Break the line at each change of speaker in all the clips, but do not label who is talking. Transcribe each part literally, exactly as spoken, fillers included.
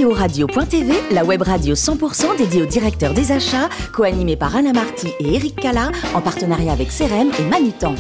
C P O radio point T V, la web radio cent pour cent dédiée aux directeurs des achats, co-animée par Alain Marty et Eric Cala, en partenariat avec Cerem et Manutan.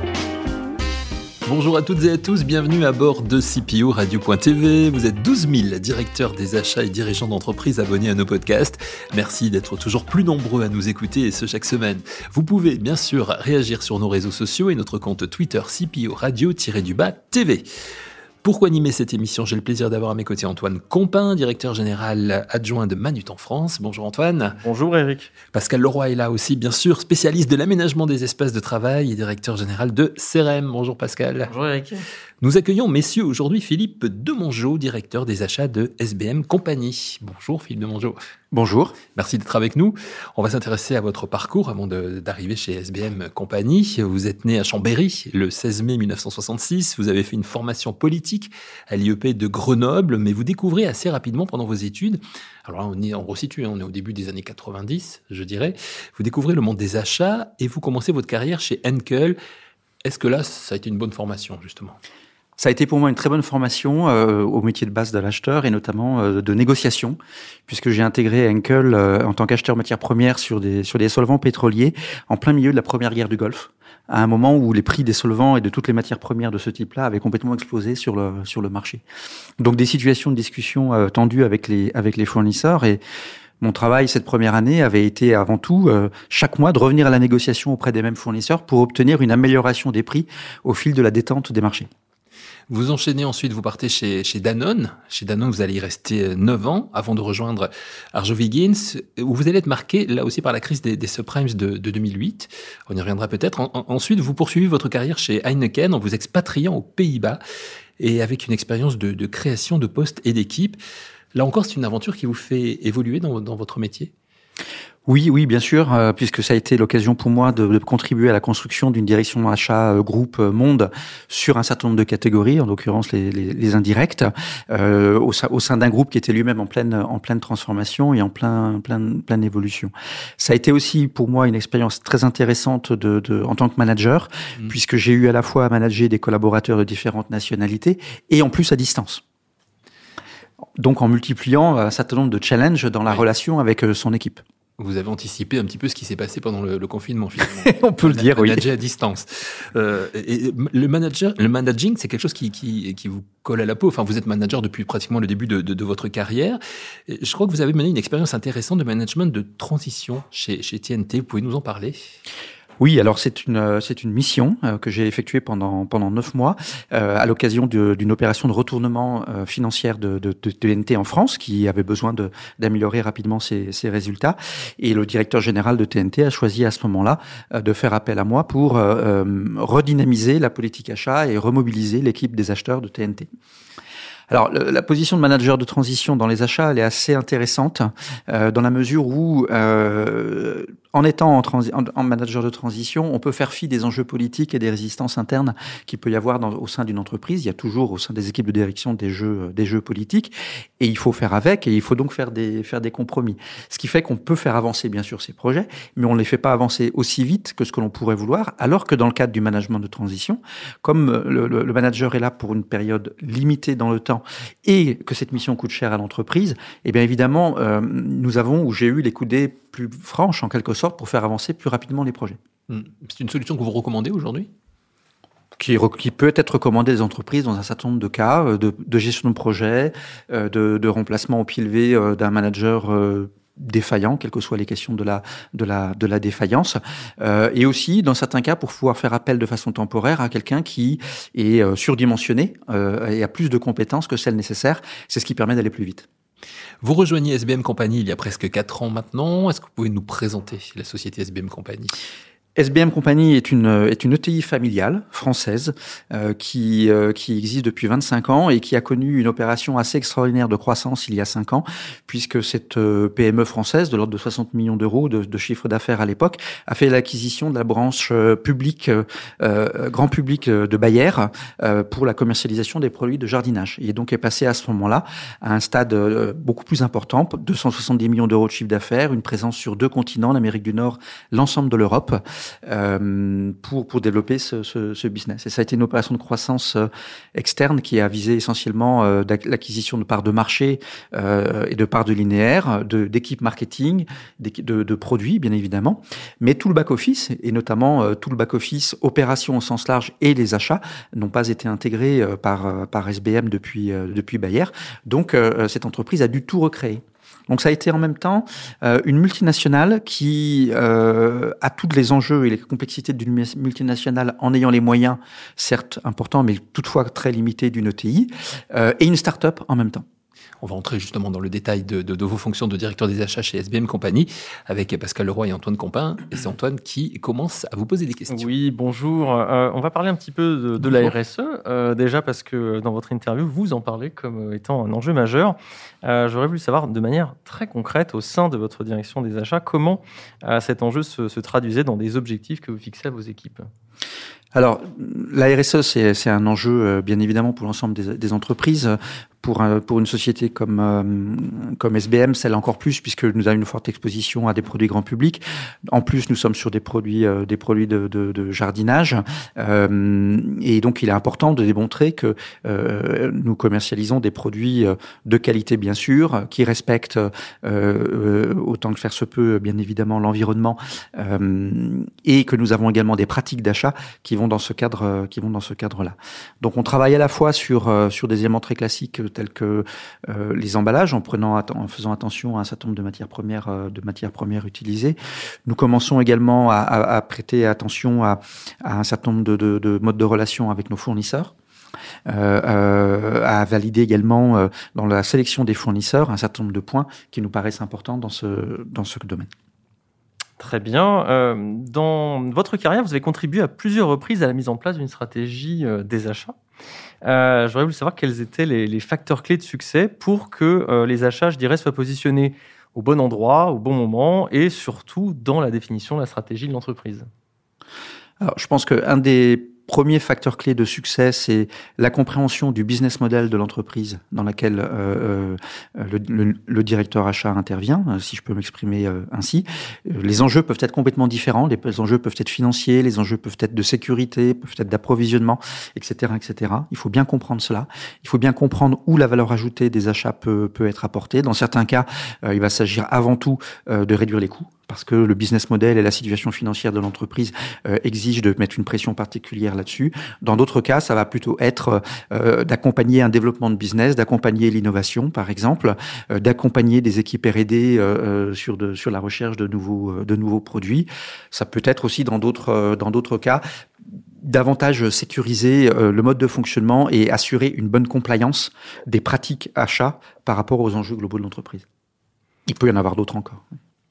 Bonjour à toutes et à tous, bienvenue à bord de C P O radio point T V. Vous êtes douze mille directeurs des achats et dirigeants d'entreprises abonnés à nos podcasts. Merci d'être toujours plus nombreux à nous écouter, et ce chaque semaine. Vous pouvez bien sûr réagir sur nos réseaux sociaux et notre compte Twitter C P O radio-du-bas T V. Pour co-animer cette émission, j'ai le plaisir d'avoir à mes côtés Antoine Compin, directeur général adjoint de Manutan France. Bonjour Antoine.
Bonjour Eric.
Pascal Leroy est là aussi, bien sûr, spécialiste de l'aménagement des espaces de travail et directeur général de Cerem. Bonjour Pascal.
Bonjour Eric.
Nous accueillons, messieurs, aujourd'hui Philippe Demongeot, directeur des achats de S B M Compagnie. Bonjour Philippe Demongeot.
Bonjour.
Merci d'être avec nous. On va s'intéresser à votre parcours avant de, d'arriver chez S B M Compagnie. Vous êtes né à Chambéry le seize mai mille neuf cent soixante-six. Vous avez fait une formation politique à l'I E P de Grenoble, mais vous découvrez assez rapidement pendant vos études, alors là on est en resitue, on est au début des années quatre-vingt-dix, je dirais, vous découvrez le monde des achats et vous commencez votre carrière chez Henkel. Est-ce que là, ça a été une bonne formation, justement ?
Ça a été pour moi une très bonne formation euh, au métier de base de l'acheteur et notamment euh, de négociation, puisque j'ai intégré Henkel euh, en tant qu'acheteur matières premières sur des sur des solvants pétroliers en plein milieu de la première guerre du Golfe, à un moment où les prix des solvants et de toutes les matières premières de ce type-là avaient complètement explosé sur le sur le marché. Donc des situations de discussion euh, tendues avec les avec les fournisseurs, et mon travail cette première année avait été avant tout euh, chaque mois de revenir à la négociation auprès des mêmes fournisseurs pour obtenir une amélioration des prix au fil de la détente des marchés.
Vous enchaînez ensuite, vous partez chez, chez Danone. Chez Danone, vous allez y rester neuf ans avant de rejoindre Arjowiggins, où vous allez être marqué, là aussi, par la crise des, des subprimes de, de deux mille huit. On y reviendra peut-être. En, en, ensuite, vous poursuivez votre carrière chez Heineken en vous expatriant aux Pays-Bas et avec une expérience de, de création de postes et d'équipes. Là encore, c'est une aventure qui vous fait évoluer dans, dans votre métier ?
Oui, oui, bien sûr, euh, puisque ça a été l'occasion pour moi de, de contribuer à la construction d'une direction achat euh, groupe euh, monde sur un certain nombre de catégories, en l'occurrence les, les, les indirects, euh, au, au sein d'un groupe qui était lui-même en pleine en pleine transformation et en plein plein pleine évolution. Ça a été aussi pour moi une expérience très intéressante de, de en tant que manager, mmh. puisque j'ai eu à la fois à manager des collaborateurs de différentes nationalités et en plus à distance. Donc en multipliant un certain nombre de challenges dans la oui. relation avec son équipe.
Vous avez anticipé un petit peu ce qui s'est passé pendant le, le confinement, finalement.
On peut le dire, oui.
Manager à distance. Euh, et le manager, le managing, c'est quelque chose qui, qui, qui vous colle à la peau. Enfin, vous êtes manager depuis pratiquement le début de, de, de votre carrière. Et je crois que vous avez mené une expérience intéressante de management de transition chez, chez T N T. Vous pouvez nous en parler ?
Oui, alors c'est une c'est une mission euh, que j'ai effectuée pendant pendant neuf mois euh, à l'occasion de, d'une opération de retournement euh, financière de, de, de T N T en France, qui avait besoin de d'améliorer rapidement ses, ses résultats. Et le directeur général de T N T a choisi à ce moment-là euh, de faire appel à moi pour euh, redynamiser la politique achat et remobiliser l'équipe des acheteurs de T N T. Alors, le, la position de manager de transition dans les achats, elle est assez intéressante euh, dans la mesure où, euh, en étant en, transi- en, en manager de transition, on peut faire fi des enjeux politiques et des résistances internes qu'il peut y avoir dans, au sein d'une entreprise. Il y a toujours au sein des équipes de direction des jeux, des jeux politiques, et il faut faire avec, et il faut donc faire des, faire des compromis. Ce qui fait qu'on peut faire avancer, bien sûr, ces projets, mais on ne les fait pas avancer aussi vite que ce que l'on pourrait vouloir, alors que dans le cadre du management de transition, comme le, le, le manager est là pour une période limitée dans le temps, et que cette mission coûte cher à l'entreprise, eh bien évidemment, euh, nous avons, ou j'ai eu les coudées plus franches en quelque sorte pour faire avancer plus rapidement les projets.
C'est une solution que vous recommandez aujourd'hui ?
Qui, qui peut être recommandée des entreprises dans un certain nombre de cas, de, de gestion de projet, de, de remplacement au pied levé d'un manager euh, défaillant, quelles que soient les questions de la de la de la défaillance, euh, et aussi dans certains cas pour pouvoir faire appel de façon temporaire à quelqu'un qui est euh, surdimensionné euh, et a plus de compétences que celles nécessaires. C'est ce qui permet d'aller plus vite.
Vous rejoignez S B M Compagnie il y a presque quatre ans maintenant. Est-ce que vous pouvez nous présenter la société S B M Compagnie ?
S B M Compagnie est une est une E T I familiale française euh, qui euh, qui existe depuis vingt-cinq ans et qui a connu une opération assez extraordinaire de croissance il y a cinq ans, puisque cette euh, P M E française de l'ordre de soixante millions d'euros de, de chiffre d'affaires à l'époque a fait l'acquisition de la branche euh, publique euh, euh, grand public de Bayer euh, pour la commercialisation des produits de jardinage, et donc est passé à ce moment-là à un stade euh, beaucoup plus important, deux cent soixante-dix millions d'euros de chiffre d'affaires, une présence sur deux continents, l'Amérique du Nord, l'ensemble de l'Europe. euh, pour, pour développer ce, ce, ce business. Et ça a été une opération de croissance euh, externe qui a visé essentiellement euh, l'acquisition de parts de marché euh, et de parts de linéaire, de, d'équipes marketing, de, de produits, bien évidemment, mais tout le back-office, et notamment euh, tout le back-office opération au sens large et les achats, n'ont pas été intégrés euh, par, par S B M depuis, euh, depuis Bayer. Donc, euh, cette entreprise a dû tout recréer. Donc, ça a été en même temps euh, une multinationale qui euh, a tous les enjeux et les complexités d'une multinationale en ayant les moyens, certes importants, mais toutefois très limités d'une E T I, euh, et une start-up en même temps.
On va entrer justement dans le détail de, de, de vos fonctions de directeur des achats chez S B M Compagnie avec Pascal Leroy et Antoine Compin. Et c'est Antoine qui commence à vous poser des questions.
Oui, bonjour. Euh, on va parler un petit peu de, de la R S E, euh, déjà parce que dans votre interview, vous en parlez comme étant un enjeu majeur. Euh, j'aurais voulu savoir de manière très concrète au sein de votre direction des achats, comment euh, cet enjeu se, se traduisait dans des objectifs que vous fixez à vos équipes.
Alors, la R S E, c'est, c'est un enjeu, bien évidemment, pour l'ensemble des, des entreprises. Pour, un, pour une société comme, euh, comme S B M, celle encore plus, puisque nous avons une forte exposition à des produits grand public. En plus, nous sommes sur des produits, euh, des produits de, de, de jardinage. Euh, et donc, il est important de démontrer que euh, nous commercialisons des produits de qualité, bien sûr, qui respectent euh, euh, autant que faire se peut, bien évidemment, l'environnement. Euh, et que nous avons également des pratiques d'achat qui vont dans ce cadre, qui vont dans ce cadre-là. Donc, on travaille à la fois sur, euh, sur des éléments très classiques tels que euh, les emballages, en prenant, en faisant attention à un certain nombre de matières premières, euh, de matières premières utilisées. Nous commençons également à, à, à prêter attention à, à un certain nombre de, de, de modes de relation avec nos fournisseurs. Euh, euh, à valider également euh, dans la sélection des fournisseurs un certain nombre de points qui nous paraissent importants dans ce, dans ce domaine.
Très bien. Euh, dans votre carrière, vous avez contribué à plusieurs reprises à la mise en place d'une stratégie euh, des achats. Euh, j'aurais voulu savoir quels étaient les, les facteurs clés de succès pour que euh, les achats, je dirais, soient positionnés au bon endroit, au bon moment et surtout dans la définition de la stratégie de l'entreprise.
Alors, je pense qu'un des premier facteur clé de succès, c'est la compréhension du business model de l'entreprise dans laquelle euh, euh, le, le, le directeur achat intervient, si je peux m'exprimer euh, ainsi. Les enjeux peuvent être complètement différents. Les enjeux peuvent être financiers, les enjeux peuvent être de sécurité, peuvent être d'approvisionnement, et cetera, et cetera. Il faut bien comprendre cela. Il faut bien comprendre où la valeur ajoutée des achats peut, peut être apportée. Dans certains cas, euh, il va s'agir avant tout euh, de réduire les coûts, parce que le business model et la situation financière de l'entreprise euh, exigent de mettre une pression particulière là-dessus. Dans d'autres cas, ça va plutôt être euh, d'accompagner un développement de business, d'accompagner l'innovation, par exemple, euh, d'accompagner des équipes R et D euh, sur, de, sur la recherche de nouveaux, de nouveaux produits. Ça peut être aussi, dans d'autres, euh, dans d'autres cas, davantage sécuriser euh, le mode de fonctionnement et assurer une bonne compliance des pratiques achats par rapport aux enjeux globaux de l'entreprise. Il peut y en avoir d'autres encore.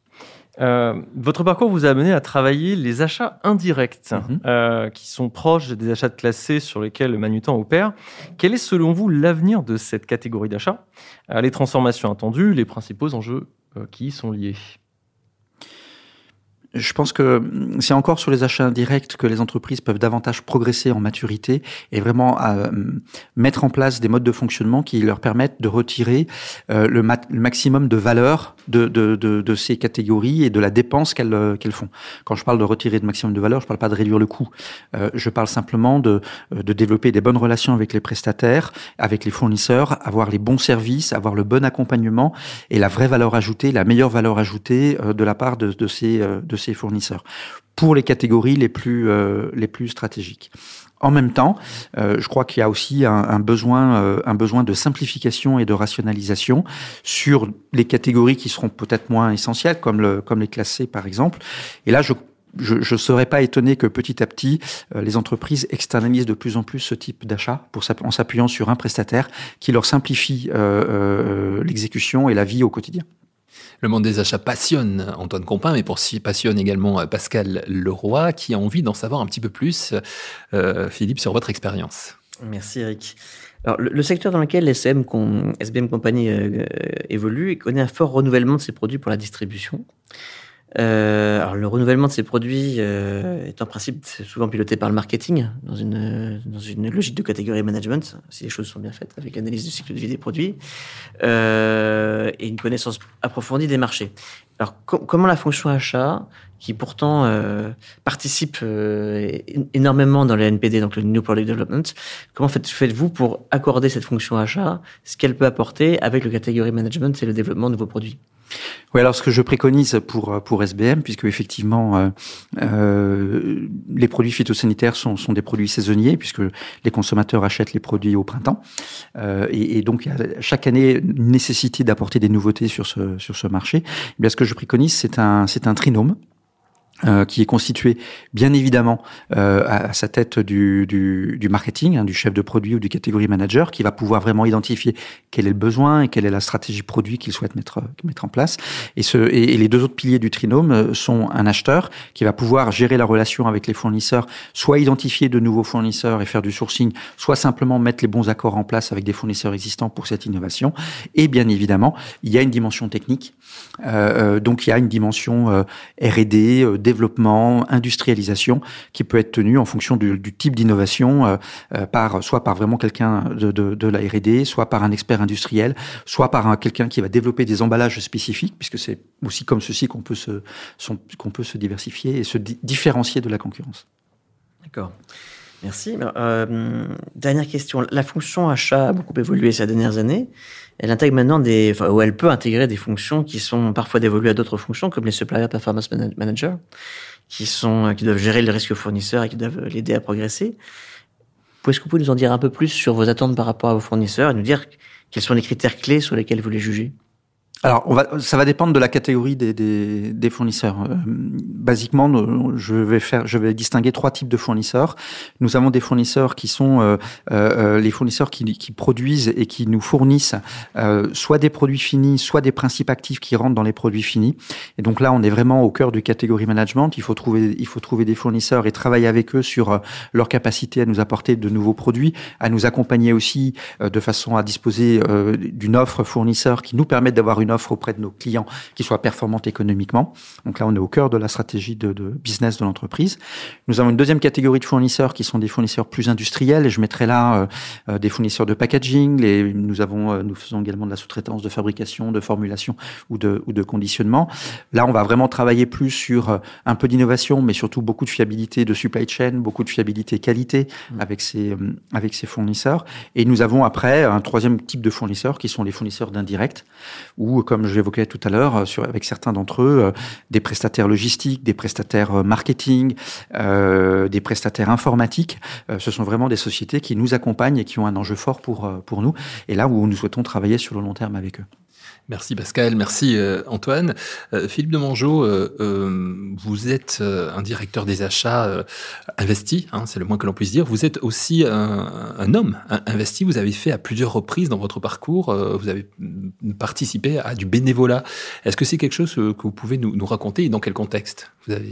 Euh, votre parcours vous a amené à travailler les achats indirects, mmh. euh, qui sont proches des achats de classe C sur lesquels Manutan opère. Quel est selon vous l'avenir de cette catégorie d'achats, euh, les transformations attendues, les principaux enjeux euh, qui y sont liés?
Je pense que c'est encore sur les achats indirects que les entreprises peuvent davantage progresser en maturité et vraiment euh, mettre en place des modes de fonctionnement qui leur permettent de retirer euh, le, ma- le maximum de valeur de, de, de, de ces catégories et de la dépense qu'elles, qu'elles font. Quand je parle de retirer le maximum de valeur, je ne parle pas de réduire le coût. Euh, je parle simplement de, de développer des bonnes relations avec les prestataires, avec les fournisseurs, avoir les bons services, avoir le bon accompagnement et la vraie valeur ajoutée, la meilleure valeur ajoutée euh, de la part de, de ces, euh, de ces fournisseurs pour les catégories les plus euh, les plus stratégiques. En même temps, euh, je crois qu'il y a aussi un, un besoin euh, un besoin de simplification et de rationalisation sur les catégories qui seront peut-être moins essentielles, comme le comme les classes C par exemple. Et là, je Je ne serais pas étonné que petit à petit, euh, les entreprises externalisent de plus en plus ce type d'achat pour, en s'appuyant sur un prestataire qui leur simplifie euh, euh, l'exécution et la vie au quotidien.
Le monde des achats passionne Antoine Compin, mais pour s'y passionne également Pascal Leroy, qui a envie d'en savoir un petit peu plus, euh, Philippe, sur votre expérience.
Merci Eric. Alors, le, le secteur dans lequel S B M Compagnie euh, évolue connaît un fort renouvellement de ses produits pour la distribution. Euh, alors, le renouvellement de ces produits euh, est en principe souvent piloté par le marketing, dans une, dans une logique de catégorie management, si les choses sont bien faites, avec l'analyse du cycle de vie des produits, euh, et une connaissance approfondie des marchés. Alors, com- comment la fonction achat, qui pourtant euh, participe euh, énormément dans le N P D, donc le New Product Development, comment faites- faites-vous pour accorder cette fonction achat, ce qu'elle peut apporter avec le catégorie management et le développement de nouveaux produits ?
Oui, alors ce que je préconise pour pour S B M, puisque effectivement euh, euh, les produits phytosanitaires sont sont des produits saisonniers, puisque les consommateurs achètent les produits au printemps, euh, et, et donc il y a chaque année une nécessité d'apporter des nouveautés sur ce sur ce marché. Eh bien, ce que je préconise, c'est un c'est un trinôme. Euh, qui est constitué bien évidemment euh, à, à sa tête du, du, du marketing, hein, du chef de produit ou du catégorie manager, qui va pouvoir vraiment identifier quel est le besoin et quelle est la stratégie produit qu'il souhaite mettre mettre en place. Et, ce, et, et les deux autres piliers du trinôme sont un acheteur qui va pouvoir gérer la relation avec les fournisseurs, soit identifier de nouveaux fournisseurs et faire du sourcing, soit simplement mettre les bons accords en place avec des fournisseurs existants pour cette innovation. Et bien évidemment, il y a une dimension technique, euh, donc il y a une dimension euh, R et D, euh, développement, industrialisation, qui peut être tenue en fonction du, du type d'innovation, euh, euh, par soit par vraiment quelqu'un de, de, de la R et D, soit par un expert industriel, soit par un, quelqu'un qui va développer des emballages spécifiques, puisque c'est aussi comme ceci qu'on peut se, son, qu'on peut se diversifier et se di- différencier de la concurrence.
D'accord. Merci. Euh, dernière question. La fonction achat a beaucoup évolué ces dernières années. Elle intègre maintenant des, enfin, ou elle peut intégrer des fonctions qui sont parfois dévolues à d'autres fonctions, comme les Supplier Performance Managers, qui sont, qui doivent gérer le risque fournisseur et qui doivent l'aider à progresser. Est-ce que vous pouvez nous en dire un peu plus sur vos attentes par rapport à vos fournisseurs et nous dire quels sont les critères clés sur lesquels vous les jugez ?
Alors, on va, ça va dépendre de la catégorie des, des, des fournisseurs. Euh, basiquement, je vais faire, je vais distinguer trois types de fournisseurs. Nous avons des fournisseurs qui sont euh, euh, les fournisseurs qui, qui produisent et qui nous fournissent euh, soit des produits finis, soit des principes actifs qui rentrent dans les produits finis. Et donc là, on est vraiment au cœur du catégorie management. Il faut trouver, il faut trouver des fournisseurs et travailler avec eux sur euh, leur capacité à nous apporter de nouveaux produits, à nous accompagner aussi euh, de façon à disposer euh, d'une offre fournisseur qui nous permette d'avoir une offre auprès de nos clients qui soit performante économiquement. Donc là, on est au cœur de la stratégie de, de business de l'entreprise. Nous avons une deuxième catégorie de fournisseurs qui sont des fournisseurs plus industriels, et je mettrai là euh, des fournisseurs de packaging. Les, nous avons, euh, nous faisons également de la sous-traitance de fabrication, de formulation ou de, ou de conditionnement. Là, on va vraiment travailler plus sur euh, un peu d'innovation, mais surtout beaucoup de fiabilité de supply chain, beaucoup de fiabilité qualité mmh. avec ces, euh, avec ces fournisseurs. Et nous avons après un troisième type de fournisseurs qui sont les fournisseurs d'indirect, ou comme je l'évoquais tout à l'heure, sur, avec certains d'entre eux, euh, des prestataires logistiques, des prestataires marketing, euh, des prestataires informatiques. Euh, ce sont vraiment des sociétés qui nous accompagnent et qui ont un enjeu fort pour, pour nous, et là où nous souhaitons travailler sur le long terme avec eux.
Merci Pascal, merci euh, Antoine. Euh, Philippe de Mongeau, euh, euh, vous êtes euh, un directeur des achats euh, investi, hein, c'est le moins que l'on puisse dire. Vous êtes aussi un, un homme un, investi, vous avez fait à plusieurs reprises dans votre parcours, euh, vous avez participé à du bénévolat. Est-ce que c'est quelque chose que vous pouvez nous, nous raconter et dans quel contexte vous avez...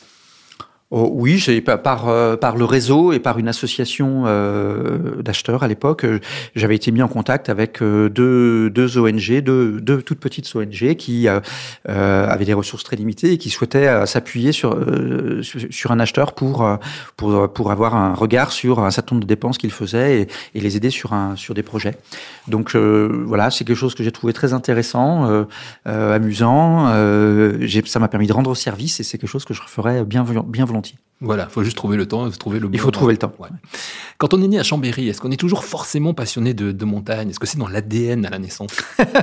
Oh, oui, j'ai par euh, par le réseau et par une association euh, d'acheteurs à l'époque, euh, j'avais été mis en contact avec euh, deux deux O N G, deux deux toutes petites O N G qui euh, euh, avaient des ressources très limitées et qui souhaitaient euh, s'appuyer sur euh, sur un acheteur pour euh, pour pour avoir un regard sur un certain nombre de dépenses qu'ils faisaient et, et les aider sur un sur des projets. Donc euh, voilà, c'est quelque chose que j'ai trouvé très intéressant, euh, euh, amusant. Euh, j'ai, ça m'a permis de rendre service et c'est quelque chose que je referais bien bien volontiers.
Voilà, il faut juste trouver le temps, trouver le bon
Il faut trouver le temps.
Ouais. Quand on est né à Chambéry, est-ce qu'on est toujours forcément passionné de, de montagne ? Est-ce que c'est dans l'A D N à la naissance ?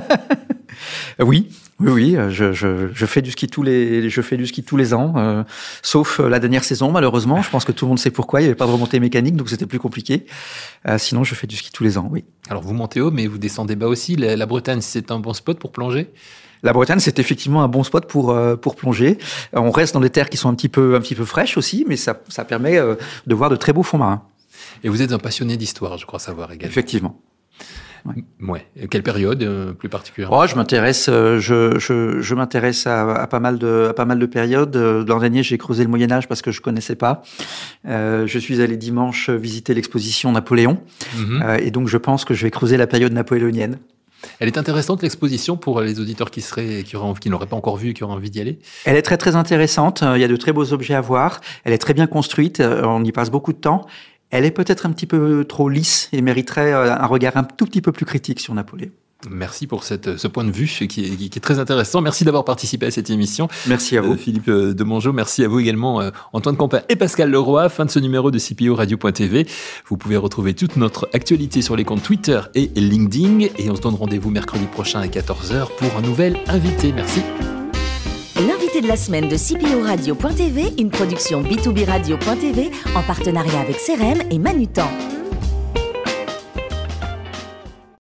Oui, oui, oui. Je, je, je fais du ski tous les, je fais du ski tous les ans, euh, sauf la dernière saison malheureusement. Je pense que tout le monde sait pourquoi. Il n'y avait pas de remontée mécanique, donc c'était plus compliqué. Euh, sinon, je fais du ski tous les ans. Oui.
Alors vous montez haut, mais vous descendez bas aussi. La, la Bretagne, c'est un bon spot pour plonger ?
La Bretagne, c'est effectivement un bon spot pour euh, pour plonger. On reste dans des terres qui sont un petit peu un petit peu fraîches aussi, mais ça ça permet euh, de voir de très beaux fonds marins.
Et vous êtes un passionné d'histoire, je crois savoir également.
Effectivement.
Ouais. ouais. Et quelle période euh, plus particulièrement ?
Oh, je m'intéresse, euh, je, je, je m'intéresse à, à pas mal de, à pas mal de périodes. L'an dernier, j'ai creusé le Moyen Âge parce que je connaissais pas. Euh, je suis allé dimanche visiter l'exposition Napoléon, mm-hmm. euh, et donc je pense que je vais creuser la période napoléonienne.
Elle est intéressante, l'exposition, pour les auditeurs qui seraient, qui auraient, qui n'auraient pas encore vu et qui auraient envie d'y aller.
Elle est très très intéressante. Il y a de très beaux objets à voir. Elle est très bien construite. On y passe beaucoup de temps. Elle est peut-être un petit peu trop lisse et mériterait un regard un tout petit peu plus critique sur Napoléon.
Merci pour cette, ce point de vue qui est, qui est très intéressant. Merci d'avoir participé à cette émission.
Merci à vous.
Euh, Philippe Demongeot, merci à vous également, euh, Antoine Campin et Pascal Leroy. Fin de ce numéro de C P O Radio point T V. Vous pouvez retrouver toute notre actualité sur les comptes Twitter et LinkedIn. Et on se donne rendez-vous mercredi prochain à quatorze heures pour un nouvel invité. Merci.
L'invité de la semaine de C P O Radio point T V, une production B deux B Radio point T V en partenariat avec C R M et Manutan.